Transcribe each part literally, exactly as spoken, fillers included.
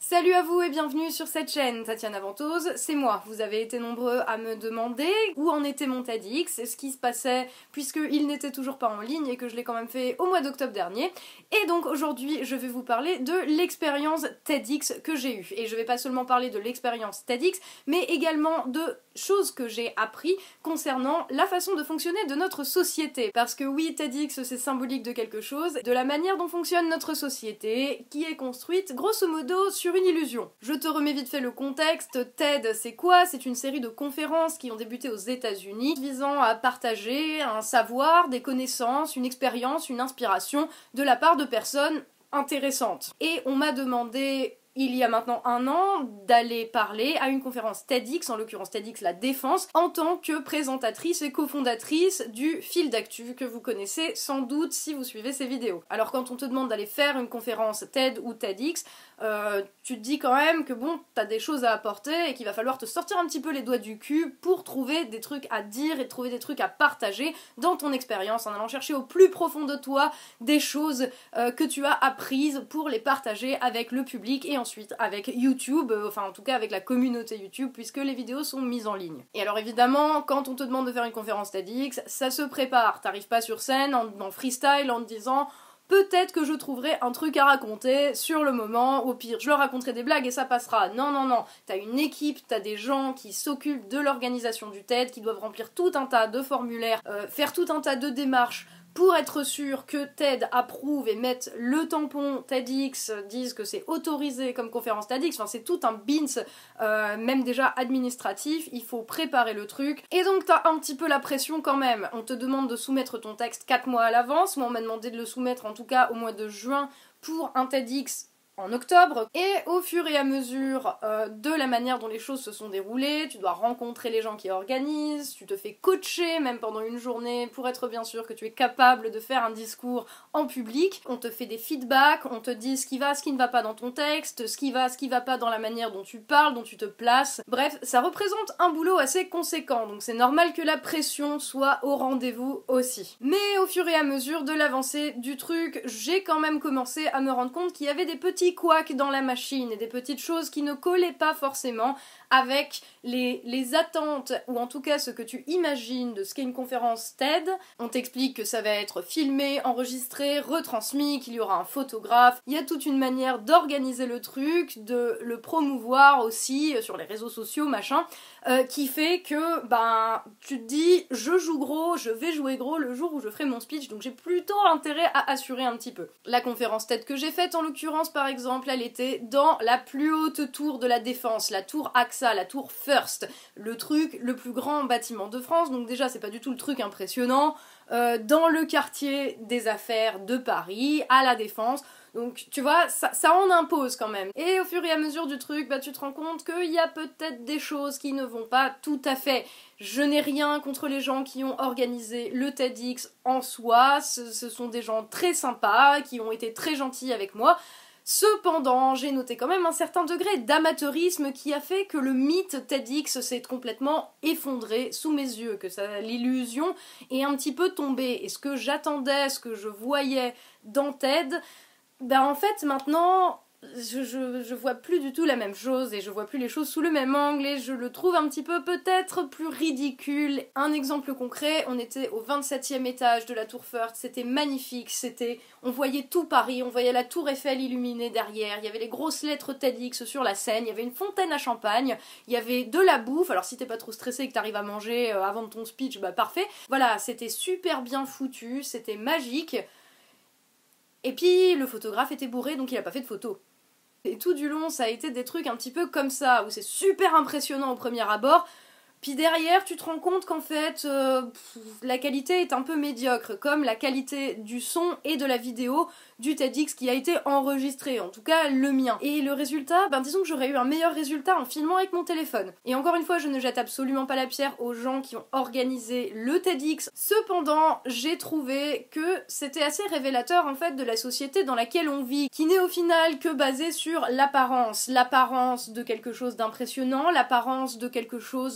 Salut à vous et bienvenue sur cette chaîne, Tatiana Ventose, c'est moi. Vous avez été nombreux à me demander où en était mon TEDx et ce qui se passait puisqu'il n'était toujours pas en ligne et que je l'ai quand même fait au mois d'octobre dernier. Et donc aujourd'hui je vais vous parler de l'expérience TEDx que j'ai eue. Et je vais pas seulement parler de l'expérience TEDx, mais également de choses que j'ai appris concernant la façon de fonctionner de notre société. Parce que oui, TEDx c'est symbolique de quelque chose, de la manière dont fonctionne notre société, qui est construite grosso modo sur une illusion. Je te remets vite fait le contexte. TED, c'est quoi? C'est une série de conférences qui ont débuté aux États-Unis, visant à partager un savoir, des connaissances, une expérience, une inspiration de la part de personnes intéressantes. Et on m'a demandé il y a maintenant un an, d'aller parler à une conférence TEDx, en l'occurrence TEDx La Défense, en tant que présentatrice et cofondatrice du fil d'actu que vous connaissez sans doute si vous suivez ces vidéos. Alors quand on te demande d'aller faire une conférence TED ou TEDx, euh, tu te dis quand même que bon, t'as des choses à apporter et qu'il va falloir te sortir un petit peu les doigts du cul pour trouver des trucs à dire et trouver des trucs à partager dans ton expérience, en allant chercher au plus profond de toi des choses euh, que tu as apprises pour les partager avec le public et ensuite avec YouTube, euh, enfin en tout cas avec la communauté YouTube, puisque les vidéos sont mises en ligne. Et alors évidemment, quand on te demande de faire une conférence TEDx, ça se prépare. T'arrives pas sur scène en, en freestyle en te disant peut-être que je trouverai un truc à raconter sur le moment, au pire je leur raconterai des blagues et ça passera. Non, non, non, t'as une équipe, t'as des gens qui s'occupent de l'organisation du TED, qui doivent remplir tout un tas de formulaires, euh, faire tout un tas de démarches pour être sûr que TED approuve et mette le tampon TEDx, disent que c'est autorisé comme conférence TEDx, enfin c'est tout un bins, euh, même déjà administratif, il faut préparer le truc, et donc t'as un petit peu la pression quand même. On te demande de soumettre ton texte quatre mois à l'avance, moi on m'a demandé de le soumettre en tout cas au mois de juin pour un TEDx en octobre, et au fur et à mesure euh, de la manière dont les choses se sont déroulées, tu dois rencontrer les gens qui organisent, tu te fais coacher même pendant une journée pour être bien sûr que tu es capable de faire un discours en public, on te fait des feedbacks, on te dit ce qui va, ce qui ne va pas dans ton texte, ce qui va, ce qui va pas dans la manière dont tu parles, dont tu te places, bref, ça représente un boulot assez conséquent, donc c'est normal que la pression soit au rendez-vous aussi. Mais au fur et à mesure de l'avancée du truc, j'ai quand même commencé à me rendre compte qu'il y avait des petits couacs dans la machine et des petites choses qui ne collaient pas forcément avec les, les attentes, ou en tout cas ce que tu imagines de ce qu'est une conférence TED. On t'explique que ça va être filmé, enregistré, retransmis, qu'il y aura un photographe, il y a toute une manière d'organiser le truc, de le promouvoir aussi sur les réseaux sociaux, machin, euh, qui fait que, ben, tu te dis, je joue gros, je vais jouer gros le jour où je ferai mon speech, donc j'ai plutôt intérêt à assurer un petit peu. La conférence TED que j'ai faite, en l'occurrence, par exemple, exemple, elle était dans la plus haute tour de la Défense, la tour A X A, la tour First, le truc, le plus grand bâtiment de France, donc déjà c'est pas du tout le truc impressionnant, euh, dans le quartier des affaires de Paris, à la Défense, donc tu vois, ça, ça en impose quand même. Et au fur et à mesure du truc, bah tu te rends compte qu'il y a peut-être des choses qui ne vont pas tout à fait. Je n'ai rien contre les gens qui ont organisé le TEDx en soi, ce, ce sont des gens très sympas, qui ont été très gentils avec moi. Cependant, j'ai noté quand même un certain degré d'amateurisme qui a fait que le mythe TEDx s'est complètement effondré sous mes yeux, que ça, l'illusion est un petit peu tombée. Et ce que j'attendais, ce que je voyais dans TED, ben en fait maintenant je, je, je vois plus du tout la même chose et je vois plus les choses sous le même angle et je le trouve un petit peu peut-être plus ridicule. Un exemple concret, on était au vingt-septième étage de la tour First, c'était magnifique, c'était, on voyait tout Paris, on voyait la tour Eiffel illuminée derrière, il y avait les grosses lettres TEDx sur la scène, il y avait une fontaine à champagne, il y avait de la bouffe, alors si t'es pas trop stressé et que t'arrives à manger euh, avant ton speech, bah parfait. Voilà, c'était super bien foutu, c'était magique. Et puis le photographe était bourré donc il a pas fait de photos. Et tout du long ça a été des trucs un petit peu comme ça, où c'est super impressionnant au premier abord, puis derrière tu te rends compte qu'en fait euh, pff, la qualité est un peu médiocre, comme la qualité du son et de la vidéo du TEDx qui a été enregistré, en tout cas le mien. Et le résultat, ben disons que j'aurais eu un meilleur résultat en filmant avec mon téléphone. Et encore une fois, je ne jette absolument pas la pierre aux gens qui ont organisé le TEDx, cependant j'ai trouvé que c'était assez révélateur en fait de la société dans laquelle on vit, qui n'est au final que basée sur l'apparence, l'apparence de quelque chose d'impressionnant, l'apparence de quelque chose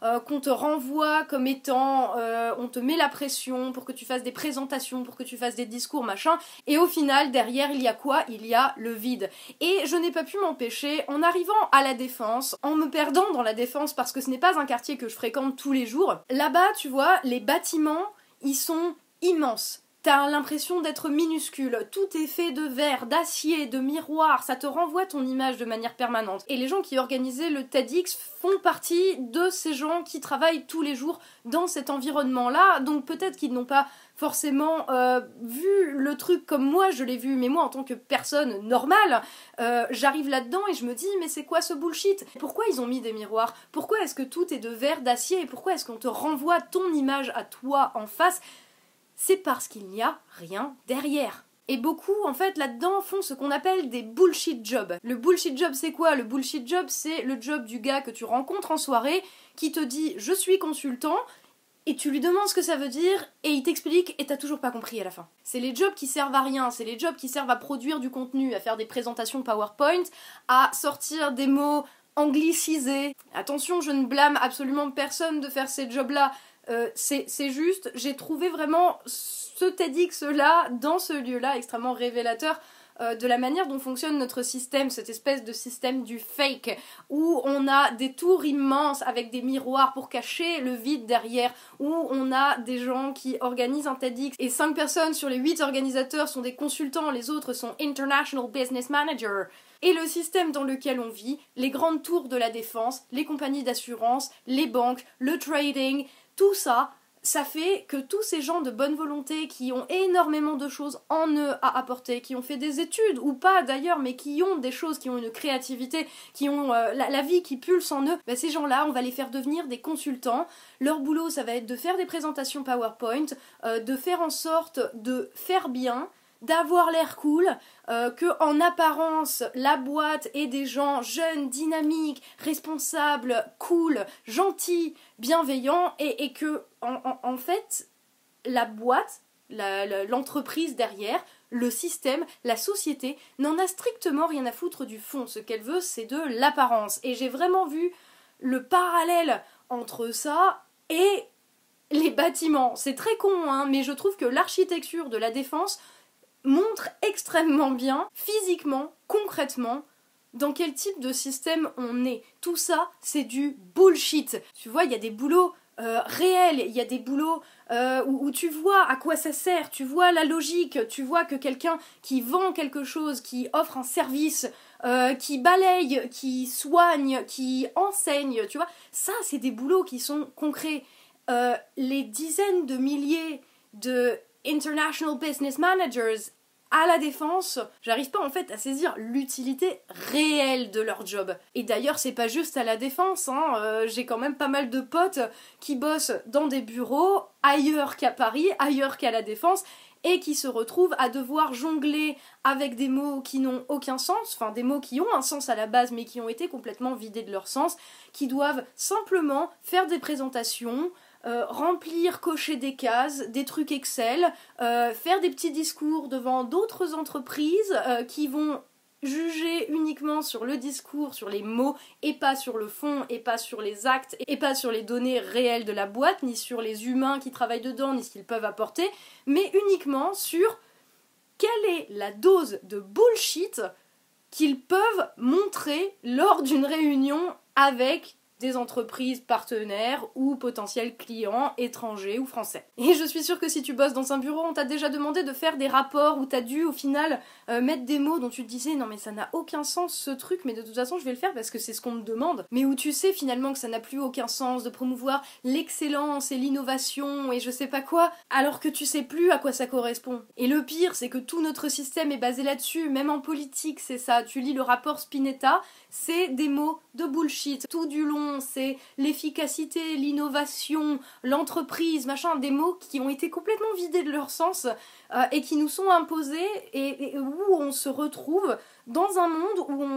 euh, qu'on te renvoie comme étant, euh, on te met la pression pour que tu fasses des présentations, pour que tu fasses des discours, machin, et au final, derrière, il y a quoi? Il y a le vide. Et je n'ai pas pu m'empêcher, en arrivant à la Défense, en me perdant dans la Défense, parce que ce n'est pas un quartier que je fréquente tous les jours, là-bas, tu vois, les bâtiments, ils sont immenses. T'as l'impression d'être minuscule, tout est fait de verre, d'acier, de miroirs, ça te renvoie ton image de manière permanente. Et les gens qui organisaient le TEDx font partie de ces gens qui travaillent tous les jours dans cet environnement-là, donc peut-être qu'ils n'ont pas forcément euh, vu le truc comme moi je l'ai vu, mais moi en tant que personne normale, euh, j'arrive là-dedans et je me dis mais c'est quoi ce bullshit? Pourquoi ils ont mis des miroirs? Pourquoi est-ce que tout est de verre, d'acier? Et pourquoi est-ce qu'on te renvoie ton image à toi en face? C'est parce qu'il n'y a rien derrière. Et beaucoup, en fait, là-dedans, font ce qu'on appelle des bullshit jobs. Le bullshit job, c'est quoi? Le bullshit job, c'est le job du gars que tu rencontres en soirée, qui te dit « je suis consultant », et tu lui demandes ce que ça veut dire, et il t'explique, et t'as toujours pas compris à la fin. C'est les jobs qui servent à rien, c'est les jobs qui servent à produire du contenu, à faire des présentations PowerPoint, à sortir des mots anglicisés. Attention, je ne blâme absolument personne de faire ces jobs-là, Euh, c'est, c'est juste, j'ai trouvé vraiment ce TEDx-là, dans ce lieu-là, extrêmement révélateur euh, de la manière dont fonctionne notre système, cette espèce de système du fake, où on a des tours immenses avec des miroirs pour cacher le vide derrière, où on a des gens qui organisent un TEDx, et cinq personnes sur les huit organisateurs sont des consultants, les autres sont International Business Managers. Et le système dans lequel on vit, les grandes tours de la défense, les compagnies d'assurance, les banques, le trading, tout ça, ça fait que tous ces gens de bonne volonté qui ont énormément de choses en eux à apporter, qui ont fait des études ou pas d'ailleurs, mais qui ont des choses, qui ont une créativité, qui ont euh, la, la vie qui pulse en eux, bah ces gens-là, on va les faire devenir des consultants. Leur boulot, ça va être de faire des présentations PowerPoint, euh, de faire en sorte de faire bien, d'avoir l'air cool, euh, que en apparence la boîte est des gens jeunes, dynamiques, responsables, cool, gentils, bienveillants, et, et que en, en, en fait la boîte, la, la, l'entreprise derrière, le système, la société n'en a strictement rien à foutre du fond. Ce qu'elle veut, c'est de l'apparence. Et j'ai vraiment vu le parallèle entre ça et les bâtiments. C'est très con, hein, mais je trouve que l'architecture de la Défense montre extrêmement bien, physiquement, concrètement, dans quel type de système on est. Tout ça, c'est du bullshit. Tu vois, il y a des boulots euh, réels, il y a des boulots euh, où, où tu vois à quoi ça sert, tu vois la logique, tu vois que quelqu'un qui vend quelque chose, qui offre un service, euh, qui balaye, qui soigne, qui enseigne, tu vois, ça, c'est des boulots qui sont concrets. Euh, les dizaines de milliers de International Business Managers à la Défense, j'arrive pas en fait à saisir l'utilité réelle de leur job. Et d'ailleurs, c'est pas juste à la Défense, hein, euh, j'ai quand même pas mal de potes qui bossent dans des bureaux ailleurs qu'à Paris, ailleurs qu'à la Défense, et qui se retrouvent à devoir jongler avec des mots qui n'ont aucun sens, enfin des mots qui ont un sens à la base mais qui ont été complètement vidés de leur sens, qui doivent simplement faire des présentations, Euh, remplir, cocher des cases, des trucs Excel, euh, faire des petits discours devant d'autres entreprises euh, qui vont juger uniquement sur le discours, sur les mots, et pas sur le fond, et pas sur les actes, et pas sur les données réelles de la boîte, ni sur les humains qui travaillent dedans, ni ce qu'ils peuvent apporter, mais uniquement sur quelle est la dose de bullshit qu'ils peuvent montrer lors d'une réunion avec des entreprises partenaires ou potentiels clients étrangers ou français. Et je suis sûre que si tu bosses dans un bureau, on t'a déjà demandé de faire des rapports où t'as dû au final euh, mettre des mots dont tu te disais non mais ça n'a aucun sens ce truc, mais de toute façon je vais le faire parce que c'est ce qu'on me demande. Mais où tu sais finalement que ça n'a plus aucun sens de promouvoir l'excellence et l'innovation et je sais pas quoi, alors que tu sais plus à quoi ça correspond. Et le pire, c'est que tout notre système est basé là-dessus, même en politique c'est ça. Tu lis le rapport Spinetta, c'est des mots de bullshit tout du long. C'est l'efficacité, l'innovation, l'entreprise, machin, des mots qui ont été complètement vidés de leur sens euh, et qui nous sont imposés et, et où on se retrouve dans un monde où on,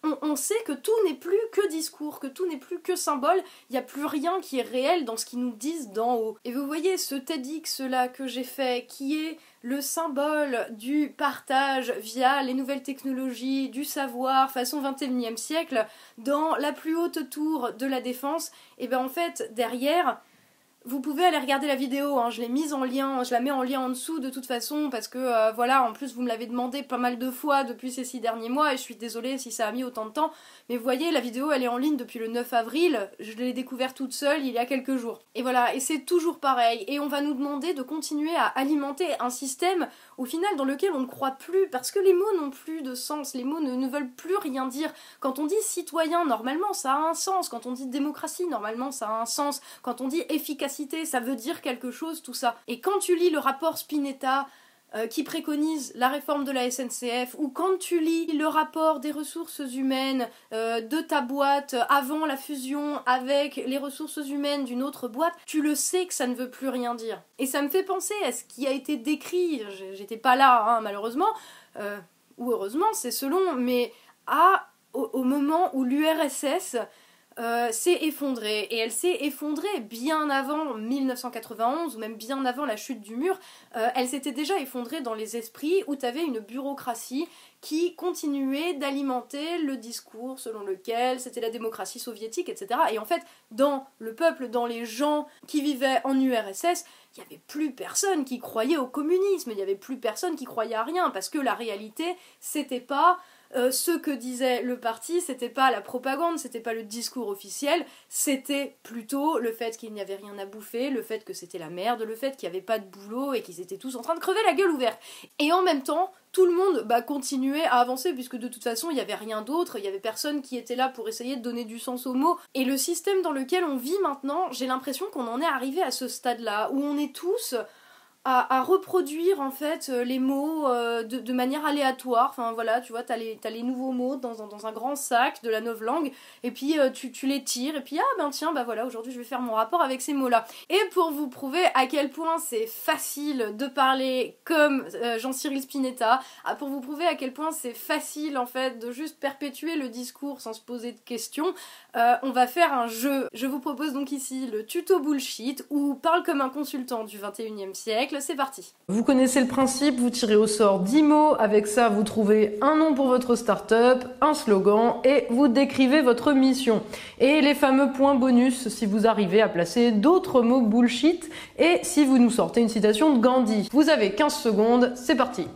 on, on sait que tout n'est plus que discours, que tout n'est plus que symbole, il n'y a plus rien qui est réel dans ce qu'ils nous disent d'en haut. Et vous voyez ce TEDx là que j'ai fait, qui est le symbole du partage via les nouvelles technologies, du savoir, façon vingt et unième siècle, dans la plus haute tour de la Défense, et bien en fait, derrière, vous pouvez aller regarder la vidéo, hein, je l'ai mise en lien, je la mets en lien en dessous de toute façon, parce que euh, voilà, en plus vous me l'avez demandé pas mal de fois depuis ces six derniers mois, et je suis désolée si ça a mis autant de temps, mais vous voyez, la vidéo elle est en ligne depuis le neuf avril, je l'ai découverte toute seule il y a quelques jours. Et voilà, et c'est toujours pareil, et on va nous demander de continuer à alimenter un système, au final, dans lequel on ne croit plus, parce que les mots n'ont plus de sens, les mots ne, ne veulent plus rien dire. Quand on dit citoyen, normalement ça a un sens, quand on dit démocratie, normalement ça a un sens, quand on dit efficacité, ça veut dire quelque chose, tout ça. Et quand tu lis le rapport Spinetta euh, qui préconise la réforme de la S N C F, ou quand tu lis le rapport des ressources humaines euh, de ta boîte avant la fusion avec les ressources humaines d'une autre boîte, tu le sais que ça ne veut plus rien dire. Et ça me fait penser à ce qui a été décrit, j'étais pas là hein, malheureusement, euh, ou heureusement, c'est selon, mais à, au, au moment où l'U R S S Euh, s'est effondrée, et elle s'est effondrée bien avant mille neuf cent quatre-vingt-onze, ou même bien avant la chute du mur. Euh, elle s'était déjà effondrée dans les esprits où tu avais une bureaucratie qui continuait d'alimenter le discours selon lequel c'était la démocratie soviétique, et cetera. Et en fait, dans le peuple, dans les gens qui vivaient en U R S S, il n'y avait plus personne qui croyait au communisme, il n'y avait plus personne qui croyait à rien, parce que la réalité, c'était pas Euh, ce que disait le parti, c'était pas la propagande, c'était pas le discours officiel, c'était plutôt le fait qu'il n'y avait rien à bouffer, le fait que c'était la merde, le fait qu'il n'y avait pas de boulot et qu'ils étaient tous en train de crever la gueule ouverte. Et en même temps, tout le monde bah, continuait à avancer, puisque de toute façon, il n'y avait rien d'autre, il n'y avait personne qui était là pour essayer de donner du sens aux mots. Et le système dans lequel on vit maintenant, j'ai l'impression qu'on en est arrivé à ce stade-là, où on est tous À, à reproduire en fait les mots euh, de, de manière aléatoire. Enfin voilà, tu vois, t'as les, t'as les nouveaux mots dans un, dans un grand sac de la novlangue, et puis euh, tu, tu les tires, et puis ah ben tiens, bah voilà, aujourd'hui je vais faire mon rapport avec ces mots-là. Et pour vous prouver à quel point c'est facile de parler comme euh, Jean-Cyril Spinetta, ah, pour vous prouver à quel point c'est facile en fait de juste perpétuer le discours sans se poser de questions, euh, on va faire un jeu. Je vous propose donc ici le tuto bullshit, ou parle comme un consultant du vingt et unième siècle. C'est parti. Vous connaissez le principe, vous tirez au sort dix mots, avec ça vous trouvez un nom pour votre start-up, un slogan, et vous décrivez votre mission. Et les fameux points bonus si vous arrivez à placer d'autres mots bullshit, et si vous nous sortez une citation de Gandhi. Vous avez quinze secondes, c'est parti.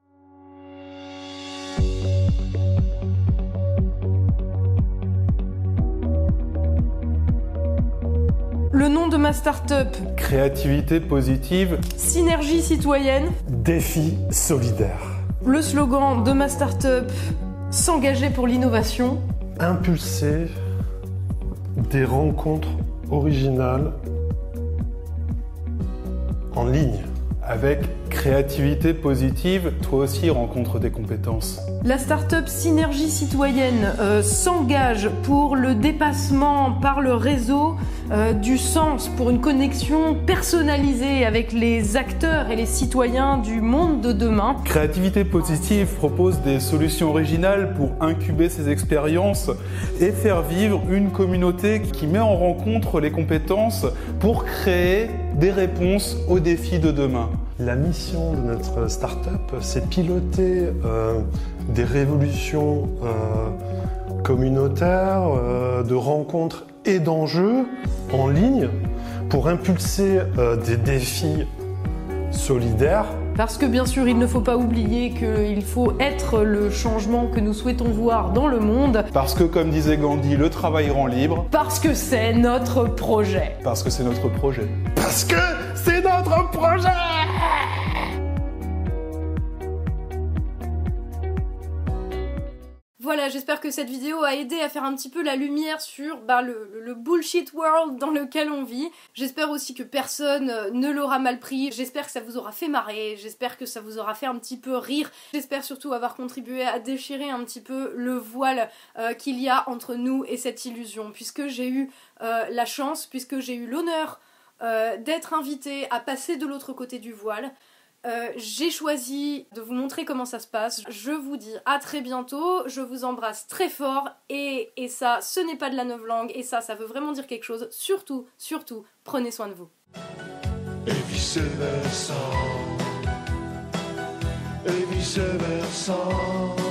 Le nom de ma start-up. Créativité positive. Synergie citoyenne. Défi solidaire. Le slogan de ma start-up. S'engager pour l'innovation. Impulser des rencontres originales en ligne. Avec créativité positive, toi aussi rencontre des compétences. La start-up Synergie citoyenne euh, s'engage pour le dépassement par le réseau euh, du sens, pour une connexion personnalisée avec les acteurs et les citoyens du monde de demain. Créativité positive propose des solutions originales pour incuber ces expériences et faire vivre une communauté qui met en rencontre les compétences pour créer des réponses aux défis de demain. La mission de notre start-up, c'est piloter euh, des révolutions euh, communautaires, euh, de rencontres et d'enjeux en ligne pour impulser euh, des défis solidaires. Parce que bien sûr, il ne faut pas oublier qu'il faut être le changement que nous souhaitons voir dans le monde. Parce que, comme disait Gandhi, le travail rend libre. Parce que c'est notre projet. Parce que c'est notre projet. Parce que c'est notre projet! Voilà, j'espère que cette vidéo a aidé à faire un petit peu la lumière sur bah, le, le bullshit world dans lequel on vit. J'espère aussi que personne ne l'aura mal pris. J'espère que ça vous aura fait marrer. J'espère que ça vous aura fait un petit peu rire. J'espère surtout avoir contribué à déchirer un petit peu le voile euh, qu'il y a entre nous et cette illusion. Puisque j'ai eu euh, la chance, puisque j'ai eu l'honneur euh, d'être invitée à passer de l'autre côté du voile, Euh, j'ai choisi de vous montrer comment ça se passe. Je vous dis à très bientôt, je vous embrasse très fort et, et ça, ce n'est pas de la novlangue et ça, ça veut vraiment dire quelque chose. Surtout, surtout, prenez soin de vous. Et vice versa, et vice versa.